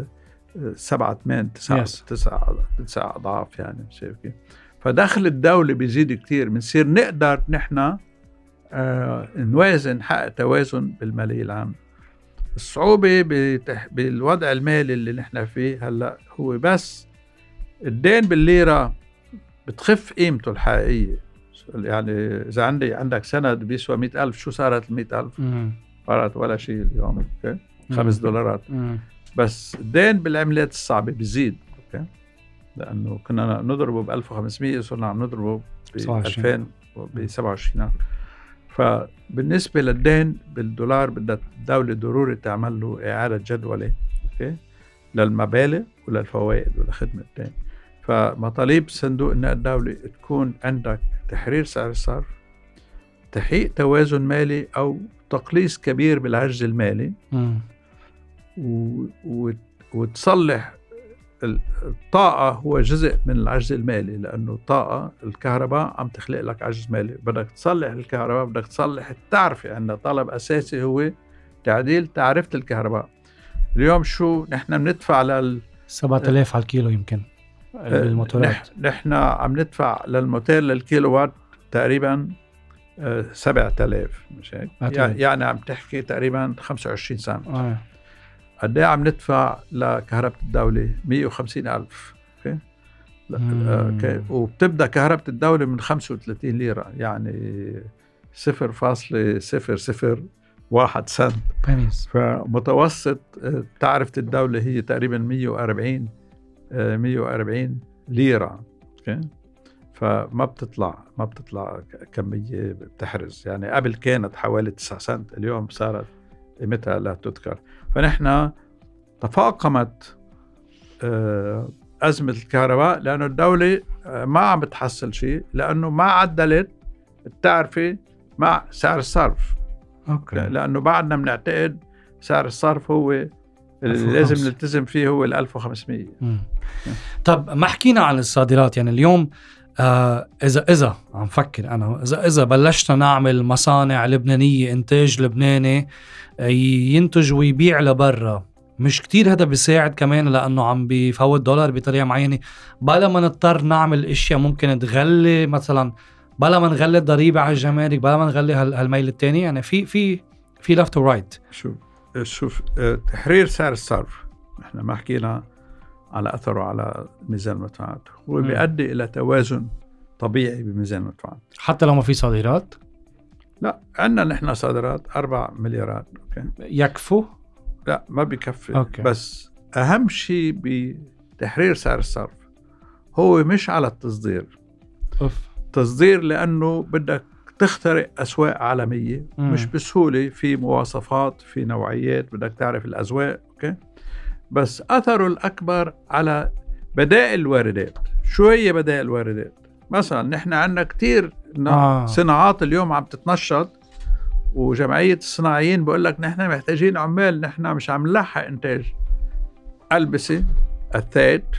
سبعة ثمان تسعة تسعة تسعة اضعاف يعني. شايف كيف؟ فدخل الدوله بيزيد كتير، بنصير نقدر نحن آه نوازن، حق توازن بالماليه العامه. الصعوبه بتح... بالوضع المالي اللي نحن فيه هلا هو بس الدين بالليره بتخف قيمته الحقيقيه. يعني اذا عندي عندك سند بيسوى مئة ألف، شو صارت المئة ألف؟ صارت ولا شيء اليوم. اوكي، خمس دولارات. مم. بس الدين بالعملات الصعبه بيزيد. اوكي، لانه كنا نضربه ب ألف وخمسمية صرنا عم نضربه ب ألفين ب سبعة وعشرين ألف. فبالنسبه للدين بالدولار بدها الدوله ضروري تعمل له اعاده جدوله، اوكي، للمبالغ وللفوائد ولخدمه الدين. فمطالب صندوق النقد الدولي تكون عندك تحرير سعر الصرف، تحقيق توازن مالي أو تقليص كبير بالعجز المالي، و... و... وتصلح الطاقة. هو جزء من العجز المالي، لأنه الطاقة الكهرباء عم تخلق لك عجز مالي. بدك تصلح الكهرباء، بدك تصلح التعرفة. عندنا طلب أساسي هو تعديل تعرفة الكهرباء. اليوم شو نحن بندفع لل سبعة آلاف على الكيلو يمكن بالموتورات. نحن عم ندفع للموتور للكيلو وات تقريبا سبعة آلاف، مش هيك؟ يعني عم تحكي تقريبا خمسة وعشرين سنت. آه. قد ايه عم ندفع لكهرباء الدولة؟ مئة وخمسين ألف. اوكي، اوكي، وبتبدا كهرباء الدولة من خمسة وثلاثين ليرة، يعني صفر فاصلة صفر صفر واحد سنت. فمتوسط تعرفة الدولة هي تقريبا مئة وأربعين مئة وأربعين ليرة. اوكي، فما بتطلع ما بتطلع كمية بتحرز. يعني قبل كانت حوالي تسعة سنت، اليوم صارت قيمتها لا تذكر. فنحن تفاقمت أزمة الكهرباء لأنه الدولة ما عم بتحصل شيء، لأنه ما عدلت التعرفة مع سعر الصرف. أوكي. لأنه بعدنا بنعتقد سعر الصرف هو اللي لازم نلتزم فيه، هو الألف وخمسمية. طب ما حكينا عن الصادرات. يعني اليوم آه إذا إذا عم فكر أنا إذا إذا بلشنا نعمل مصانع لبنانية، إنتاج لبناني ينتج ويبيع لبرا، مش كتير هذا بيساعد كمان لأنه عم بيفوت دولار بطريقة معينة، بلا ما نضطر نعمل إشياء ممكن تغلي مثلا، بلا ما نغلي الضريبة على الجمارك، بلا ما نغلي هالميل التاني. يعني في في في left or right. شوف شوف تحرير سعر الصرف نحن ما حكينا على أثره على ميزان المدفوعات. هو بيؤدي إلى توازن طبيعي بميزان المدفوعات حتى لو ما في صادرات. لا، عندنا نحن صادرات أربع مليارات. أوكي، يكفوا؟ لا، ما بيكفي. أوكي. بس أهم شيء بتحرير سعر الصرف هو مش على التصدير. أوف. تصدير لأنه بدك تخترق أسواق عالمية. مم. مش بسهولة، في مواصفات، في نوعيات، بدك تعرف الأذواق. أوكي، بس أثره الأكبر على بدائل الواردات. شو هي بدائل الواردات؟ مثلا نحن عندنا كتير آه. صناعات اليوم عم تتنشط، وجمعية الصناعيين بقول لك نحن محتاجين عمال، نحن مش عم نلحق إنتاج ألبسة، أثاث،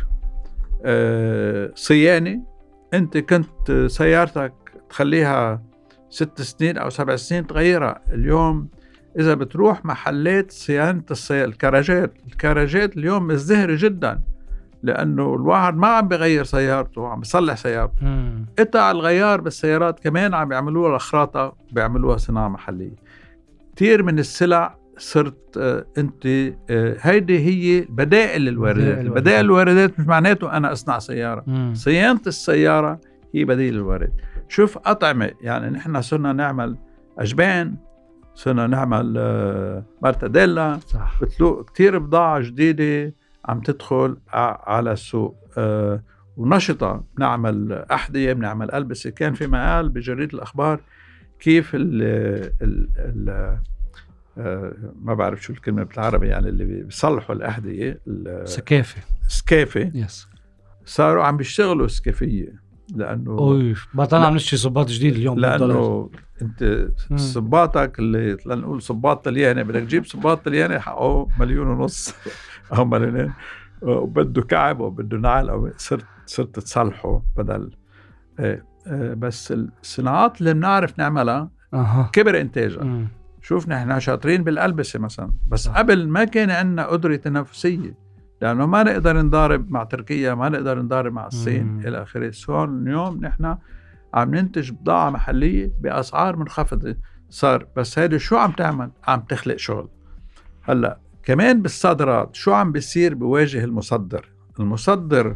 آه، صيانة. أنت كنت سيارتك تخليها ست سنين أو سبع سنين تغيرها. اليوم إذا بتروح محلات صيانة الكراجات، الكراجات اليوم مزدهرة جدا، لأنه الواحد ما عم بيغير سيارته، عم بيصلح سيارته. قطع الغيار بالسيارات كمان عم بيعملوها لخراطة، بيعملوها صناعة محلية. كتير من السلع صرت آه انت آه هيدي هي بدائل الواردات. بدائل الواردات مش معناته أنا أصنع سيارة. مم. صيانة السيارة هي بديل الوارد. شوف أطعمة، يعني نحن صرنا نعمل أجبان، صرنا نعمل آه مرتديلا، بتلوق كتير بضاعة جديدة عم تدخل على السوق آه ونشطة. بنعمل أحذية، بنعمل ألبسة. كان في مقال بجريدة الأخبار كيف ال ال ال آه ما بعرف شو الكلمة بالعربي، يعني اللي بيصلحوا الأحذية، سكافة سكافة، يس. صاروا عم بيشتغلوا سكافية لأنه أوف بطلنا عم نشتري صباط جديد اليوم لأنه أنت صباطك اللي لنقول صباط طلياني بدك تجيب صباط طلياني حقه مليون ونص أو مليونين، وبده كعب وبده نعل، أو صرت صرت تصلحه بدل إيه. بس الصناعات اللي بنعرف نعملها أه. كبر إنتاجها. شوف نحن شاطرين بالألبسة مثلا، بس قبل ما كان عندنا قدرة تنافسية، لأنه ما نقدر نضارب مع تركيا، ما نقدر نضارب مع الصين مم. إلى آخره. هون اليوم نحن عم ننتج بضاعة محلية بأسعار منخفضة صار، بس هيدا شو عم تعمل؟ عم تخلق شغل. هلأ كمان بالصادرات شو عم بيصير؟ بواجه المصدر. المصدر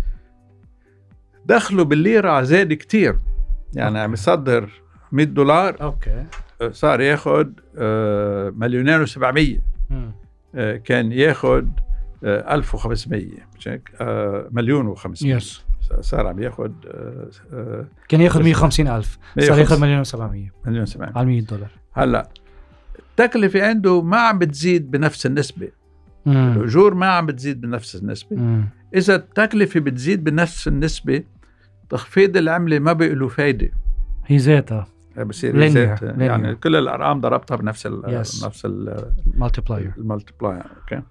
دخله بالليرة زاد كتير، يعني عم يصدر مية دولار أوكي. صار ياخد مليونين وسبعمية، كان ياخد ألف وخمسمية، مليون وخمسمية، yes. صار عم ياخد كان ياخد مية وخمسين ألف، صار ياخد مليون وسبعمية، مليون وسبعمية على مية دولار. هلا التكلفة عنده ما عم بتزيد بنفس النسبة، مم. الأجور ما عم بتزيد بنفس النسبة. مم. إذا التكلفة بتزيد بنفس النسبة، تخفيض العملة ما بقى له فايدة، هي ذاتها بصير ذات، يعني كل الأرقام ضربتها بنفس ال yes. نفس المالتيبلاير المالتيبلاير اوكي.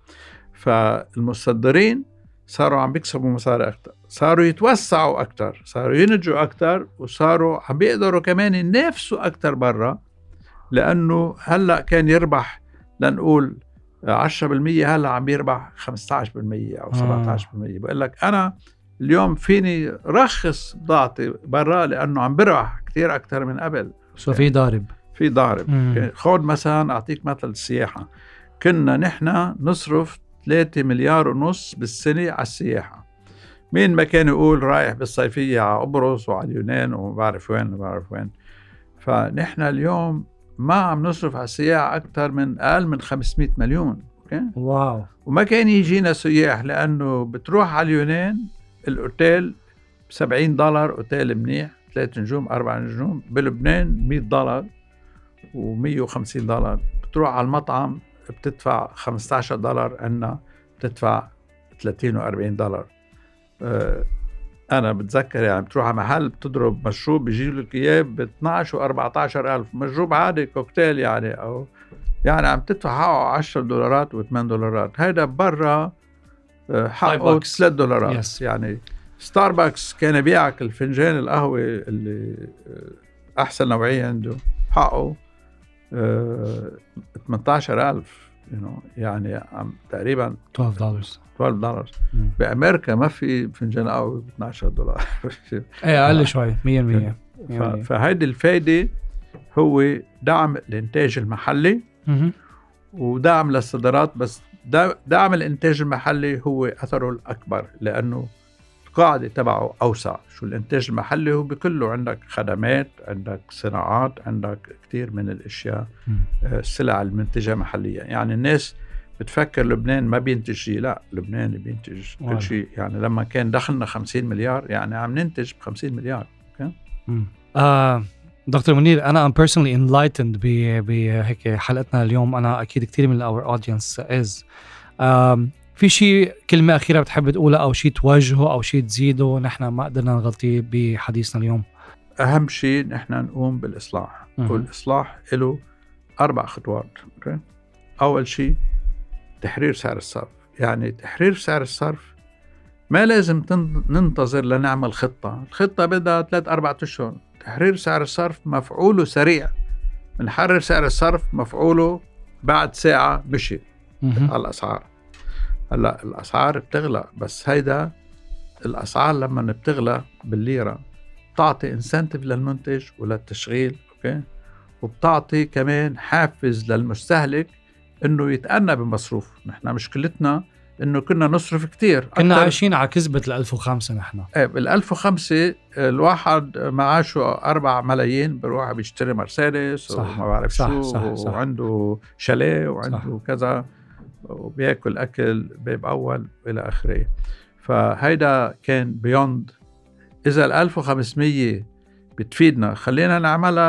فالمصدرين صاروا عم بيكسبوا مصاري أكتر، صاروا يتوسعوا أكتر، صاروا ينتجوا أكتر، وصاروا عم بيقدروا كمان ينافسوا أكتر برا، لأنه هلأ كان يربح لنقول عشرة بالمية، هلأ عم بيربح خمسة عشر بالمية أو سبعة عشر بالمية. بقول لك أنا اليوم فيني رخص بضاعتي برا لأنه عم بربح كتير أكتر من قبل. سو في ضارب في ضارب. خود مثلا أعطيك مثل السياحة، كنا نحن نصرف ثلاثة مليار ونص بالسنة على السياحة. مين ما كان يقول رايح بالصيفية على قبرص وعلى اليونان وما بعرف وين وما بعرف وين. فنحن اليوم ما عم نصرف على السياحة أكتر من أقل من خمسمية مليون. أوكي؟ واو. وما كان يجينا سياح، لأنه بتروح على اليونان الأوتيل بسبعين دولار، أوتيل منيح ثلاثة نجوم أربع نجوم. بلبنان مية دولار ومية وخمسين دولار. بتروح على المطعم بتدفع خمسة عشر دولار، عنا بتدفع ثلاثين وأربعين دولار. أه أنا بتذكر يعني بتروح على محل بتضرب مشروب بيجيب لك إياه ب اثناشر وأربعة عشر ألف، مشروب عادي كوكتيل يعني، أو يعني عم تدفع حقه عشرة دولارات وثمان دولارات. هيدا برا حقه ثلاثة دولارات. yes. يعني ستاربكس كان بيعك الفنجان القهوة اللي أحسن نوعية عنده حقه ثمانية عشر ألف، you know. يعني عم تقريبا اثناشر دولار اثناشر دولار. بأمريكا ما في فنجان قهوة ب اثني عشر دولار. ايه أقل شوي مية بالمية. فهيدي الفايدة هو دعم الإنتاج المحلي ودعم للصادرات. بس دعم الإنتاج المحلي هو أثره الأكبر، لأنه القاعدة تبعه أوسع. شو الإنتاج المحلي؟ هو بكله عندك خدمات، عندك صناعات، عندك كتير من الأشياء، السلع المنتجة محليا. يعني الناس بتفكر لبنان ما بينتج شيء، لا، لبنان بينتج كل شيء. يعني لما كان دخلنا خمسين مليار، يعني عم ننتج بخمسين مليار. okay? آه دكتور منير، أنا I'm personally enlightened بهيك حلقتنا اليوم. أنا أكيد كتير من our audience is آه في شيء كلمة أخيرة بتحب تقولها، أو شيء توجهه، أو شيء تزيده نحن ما قدرنا نغطيه بحديثنا اليوم؟ أهم شيء نحن نقوم بالإصلاح. م- والإصلاح له أربع خطوات. okay? أول شيء تحرير سعر الصرف. يعني تحرير سعر الصرف ما لازم ننتظر لنعمل خطة. الخطة بدها ثلاث أربعة أشهر. تحرير سعر الصرف مفعوله سريع. بنحرر سعر الصرف مفعوله بعد ساعة مشي على الأسعار. هلا الأسعار بتغلى، بس هيدا الأسعار لما بتغلى بالليرة بتعطي انسنتيف للمنتج وللتشغيل. أوكي؟ وبتعطي كمان حافز للمستهلك إنه يتأنى بمصروف. نحن مشكلتنا إنه كنا نصرف كتير، كنا عايشين على كذبة الألف وخمسة. نحن إيه بالألف وخمسة الواحد معاشه أربع ملايين بروح بيشتري مرسيدس وما بعرف صح شو صح صح. وعنده شاليه وعنده صح. كذا، وبياكل أكل باب أول إلى آخره. فهيدا كان بيوند. إذا الألف وخمسمية بتفيدنا خلينا نعملها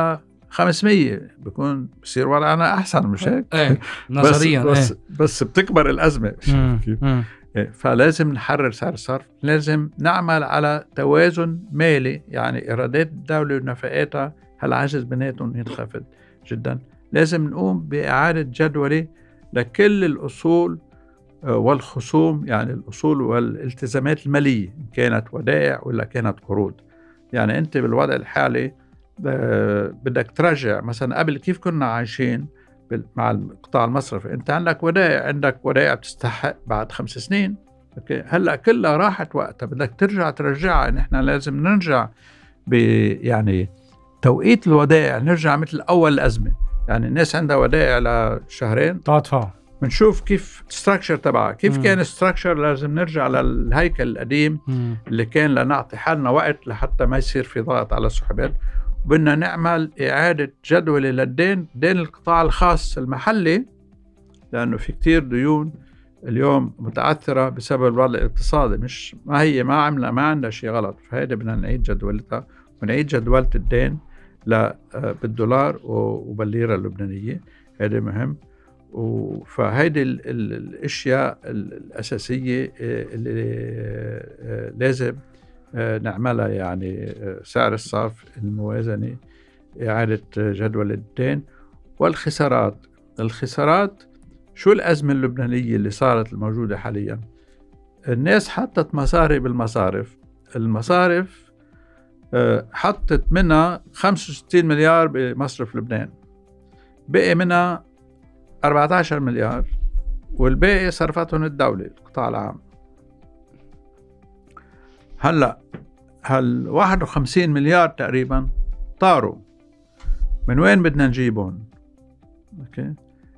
خمسمية بيكون بصير وضعنا أحسن مش هيك؟ ايه نظريا بس, بس, ايه. بس بتكبر الأزمة. إيه. فلازم نحرر سعر الصرف، لازم نعمل على توازن مالي، يعني إيرادات الدولة ونفقاتها هالعجز بيناتهم ينخفض جدا. لازم نقوم بإعادة جدولة لكل الأصول والخصوم، يعني الأصول والالتزامات المالية، إن كانت ودائع ولا كانت قروض. يعني أنت بالوضع الحالي بدك ترجع مثلا قبل كيف كنا عايشين مع القطاع المصرفي، أنت عندك ودائع عندك ودائع بتستحق بعد خمس سنين، أوكي. هلأ كلها راحت وقتها، بدك ترجع ترجعها. نحن لازم نرجع ب يعني توقيت الودائع، نرجع مثل أول الأزمة. يعني الناس عندها ودائع لشهرين تدفع، بنشوف كيف ستراكشر تبعها كيف مم. كان ستراكشر. لازم نرجع للهيكل القديم مم. اللي كان لنعطي حالنا وقت لحتى ما يصير في ضغط على السحبات. وبدنا نعمل إعادة جدولة للدين، دين القطاع الخاص المحلي، لأنه في كتير ديون اليوم متعثرة بسبب الوضع الاقتصادي، مش ما هي ما عملنا ما عندها شيء غلط. فهيدا بدنا نعيد جدولتها ونعيد جدولة الدين لا بالدولار وبالليرة اللبنانية. هذا مهم. فهيدي الاشياء الاساسيه اللي لازم نعملها، يعني سعر الصرف، الموازنه، اعاده جدول الدين والخسارات. الخسارات شو الازمه اللبنانيه اللي صارت الموجوده حاليا؟ الناس حطت مصاري بالمصارف، المصارف حطت منها خمسة وستين مليار بمصرف لبنان، بقي منها أربعة عشر مليار، والباقي صرفتهم الدولة القطاع العام. هلأ هال واحد وخمسين مليار تقريبا طاروا، من وين بدنا نجيبهم؟ أوكي.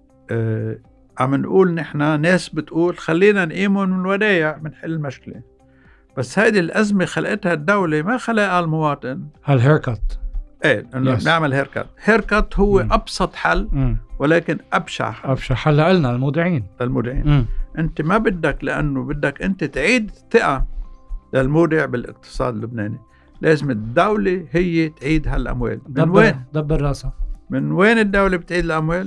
آه عم نقول نحن، ناس بتقول خلينا نقيمهم من الودايع بنحل المشكلة، بس هذه الأزمة خلقتها الدولة ما خلقها المواطن. هالهيركت ايه انه yes. نعمل هيركت. هيركت هو م. ابسط حل م. ولكن ابشع حل. ابشع حل لنا المودعين المودعين م. انت ما بدك، لانه بدك انت تعيد الثقه للمودع بالاقتصاد اللبناني. لازم الدوله هي تعيد هالاموال. من دبر وين؟ دبر راسها. من وين الدوله بتعيد الاموال؟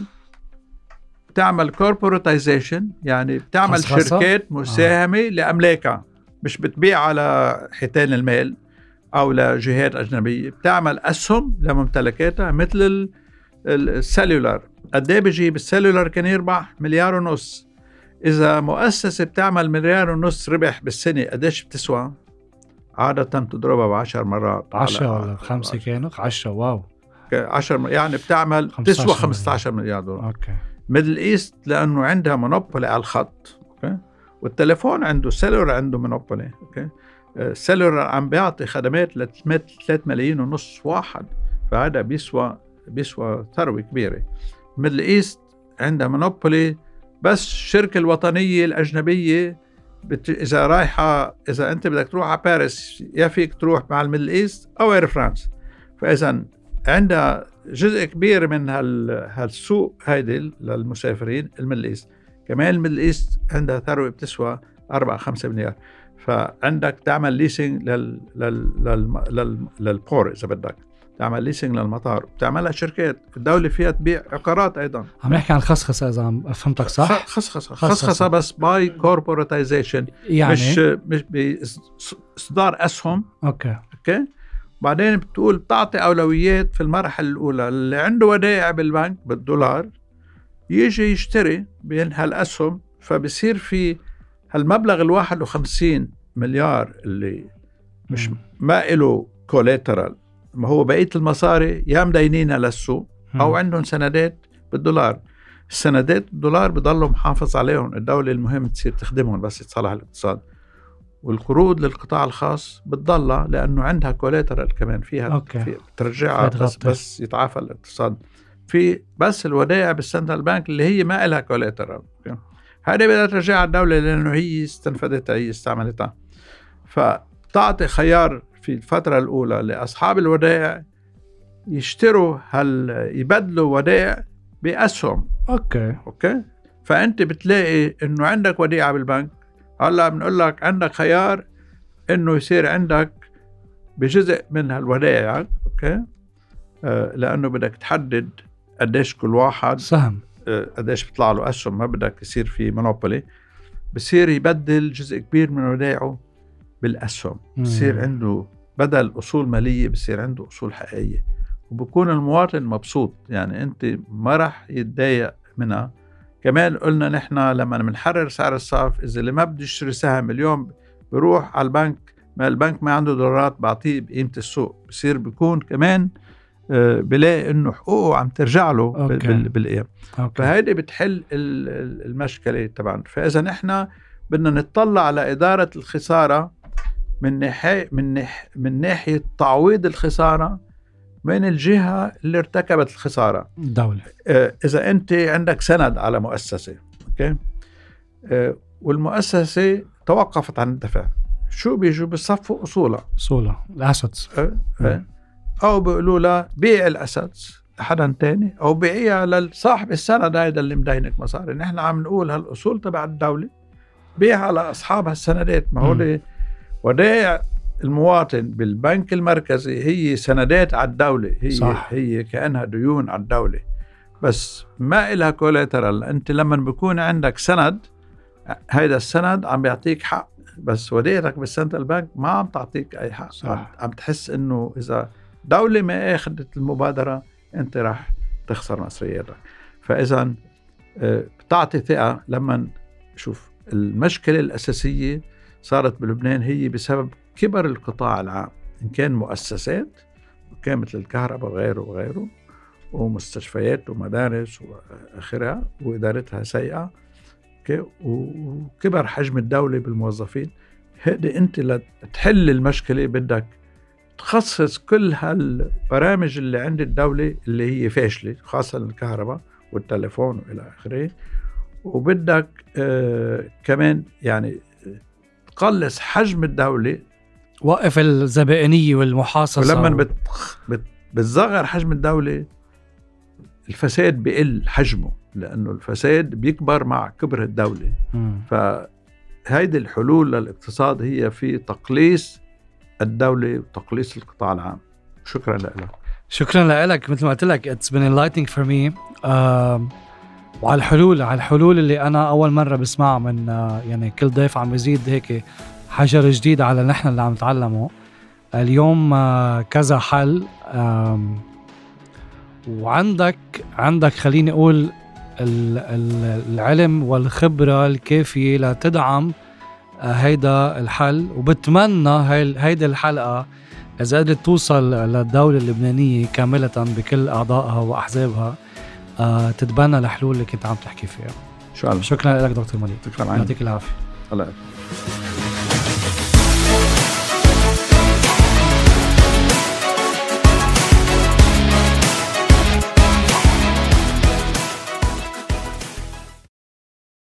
بتعمل كوربوراتيزيشن، يعني بتعمل خصخصة. شركات مساهمه آه. لاملاكها، مش بتبيع على حيتان المال أو لجهات أجنبية، بتعمل أسهم لممتلكاتها. مثل السيلولار، قد ايه بيجيب السيلولار؟ كان يربح مليار ونص. إذا مؤسسة بتعمل مليار ونص ربح بالسنة، قديش بتسوى؟ عادة تضربها بعشر مرات. عشرة ولا خمسة كانوا عشرة. واو عشر يعني بتعمل تسوى خمسة عشر مليار دولار. أوكي. ميدل إيست لأنه عندها مونوبولي على الخط، أوكي. والتليفون عنده سيلولار عنده مونوبولي، أوكي. السيلولر عم بيعطي خدمات لثلاثة ملايين ونص واحد، فهذا بيسوى بيسوى ثروة كبيرة. ميدل إيست عندها مونوبولي، بس الشركة الوطنية الأجنبية بت... إذا رايحة إذا أنت بدك تروح على باريس، يا فيك تروح مع الميدل إيست أو إير فرانس. فإذا عندها جزء كبير من هال... هالسوق هيدي للمسافرين الميدل إيست. كمان الميدل إيست عندها ثروة بتسوى أربعة خمسة مليار. فعندك تعمل ليسينج لل لل لل لل للبور، إذا بدك تعمل ليسينج للمطار، بتعملها شركات. الدولة فيها تبيع عقارات أيضا. عم نحكي عن خصخصة إذا عم فهمتك صح؟ خصخصة خصخصة بس باي كوربوراتيزيشن، يعني مش مش بإصدار أسهم. أوكي أوكي. بعدين بتقول بتعطي أولويات في المرحلة الأولى اللي عنده ودائع بالبنك بالدولار يجي يشتري بين هالأسهم، فبصير في هالمبلغ الواحد وخمسين مليار اللي مش م. ما إله كولاترال، ما هو بقية المصاري يا مدينينها للسوق أو عندهم سندات بالدولار. السندات الدولار بضلوا محافظ عليهم الدولة، المهم تصير تخدمهم بس يتصلح الاقتصاد. والقروض للقطاع الخاص بتضلها لأنه عندها كولاترال كمان فيها في ترجعها بس, بس يتعافى الاقتصاد. في بس الودائع بالسنترال بانك اللي هي ما إلها كولاترال، هذه بدها ترجعها الدولة لأنه هي استنفدتها، هي استعملتها. فتعطي خيار في الفترة الأولى لأصحاب الودائع يشتروا هل يبدلوا ودائع بأسهم. أوكي أوكي. فأنت بتلاقي إنه عندك وديعة بالبنك، هلا بنقول لك عندك خيار إنه يصير عندك بجزء من هالودائع، أوكي، لأنه بدك تحدد قديش كل واحد سهم، قديش بيطلع له أسهم، ما بدك يصير في مونوبولي. بصير يبدل جزء كبير من ودائعه بالأسهم، بصير عنده بدل أصول مالية بصير عنده أصول حقيقية، وبكون المواطن مبسوط. يعني أنت ما رح يتضايق منها. كمان قلنا نحن لما منحرر سعر الصرف، إذا اللي ما بده يشتري سهم اليوم بروح على البنك، ما البنك ما عنده دولارات بعطيه بقيمة السوق، بصير بيكون كمان بلاقي إنه حقوقه عم ترجع له بالقيم. فهيدي بتحل المشكلة طبعا. فإذا نحن بدنا نطلع على إدارة الخسارة من ناحية من ناحية من ناحية تعويض الخسارة من الجهة اللي ارتكبت الخسارة، الدولة. إذا أنت عندك سند على مؤسسة، أوكي، والمؤسسة توقفت عن الدفع، شو بيجوا بيصفوا أصولها أصولها الأسدس، أو بيقولوا له بيع الأسدس لحدا تاني، أو بيعيها لصاحب السند هيدا اللي مدينك مصاري. نحن عم نقول هالأصول تبع الدولة بيعها لأصحاب هالسندات. ما هو ودائع المواطن بالبنك المركزي هي سندات على الدولة، هي صح. هي كأنها ديون على الدولة، بس ما إلها كولاترال. أنت لما بيكون عندك سند، هيدا السند عم بيعطيك حق، بس وديعتك بالسنترال البنك ما عم تعطيك أي حق. صح. عم تحس إنه إذا دولة ما أخذت المبادرة أنت راح تخسر مصرياتك. فإذا بتعطي ثقة. لما شوف المشكلة الأساسية صارت بلبنان هي بسبب كبر القطاع العام، إن كان مؤسسات وكان مثل الكهرباء وغيره وغيره، ومستشفيات ومدارس وآخرها، وإدارتها سيئة، وكبر حجم الدولة بالموظفين. هذه أنت لتحل المشكلة بدك تخصص كل هالبرامج اللي عند الدولة اللي هي فاشلة، خاصة الكهرباء والتليفون وإلى آخره، وبدك آه كمان يعني تقلص حجم الدولة، وقف الزبائنية والمحاصصة. ولما بت... بت... بتصغر حجم الدولة الفساد بيقل حجمه، لأنه الفساد بيكبر مع كبر الدولة. فهيدي الحلول للاقتصاد هي في تقليص الدولة وتقليص القطاع العام. شكرا لك. شكرا لك. مثل ما قلت لك it's been enlightening for me. uh, وعلى الحلول على الحلول اللي أنا أول مرة بسمعها من uh, يعني كل ضيف عم يزيد هيك حجر جديد على نحن اللي عم نتعلمه اليوم. uh, كذا حل. uh, وعندك عندك خليني أقول العلم والخبرة الكافية لتدعم هيدا الحل. وبتمنى هيدا الحلقة إذا قدرت توصل للدولة اللبنانية كاملة بكل أعضائها وأحزابها تتبنى الحلول اللي كنت عم تحكي فيها. شكرا شكرا لك دكتور مليك. شكرا. يعطيك العافية. الله.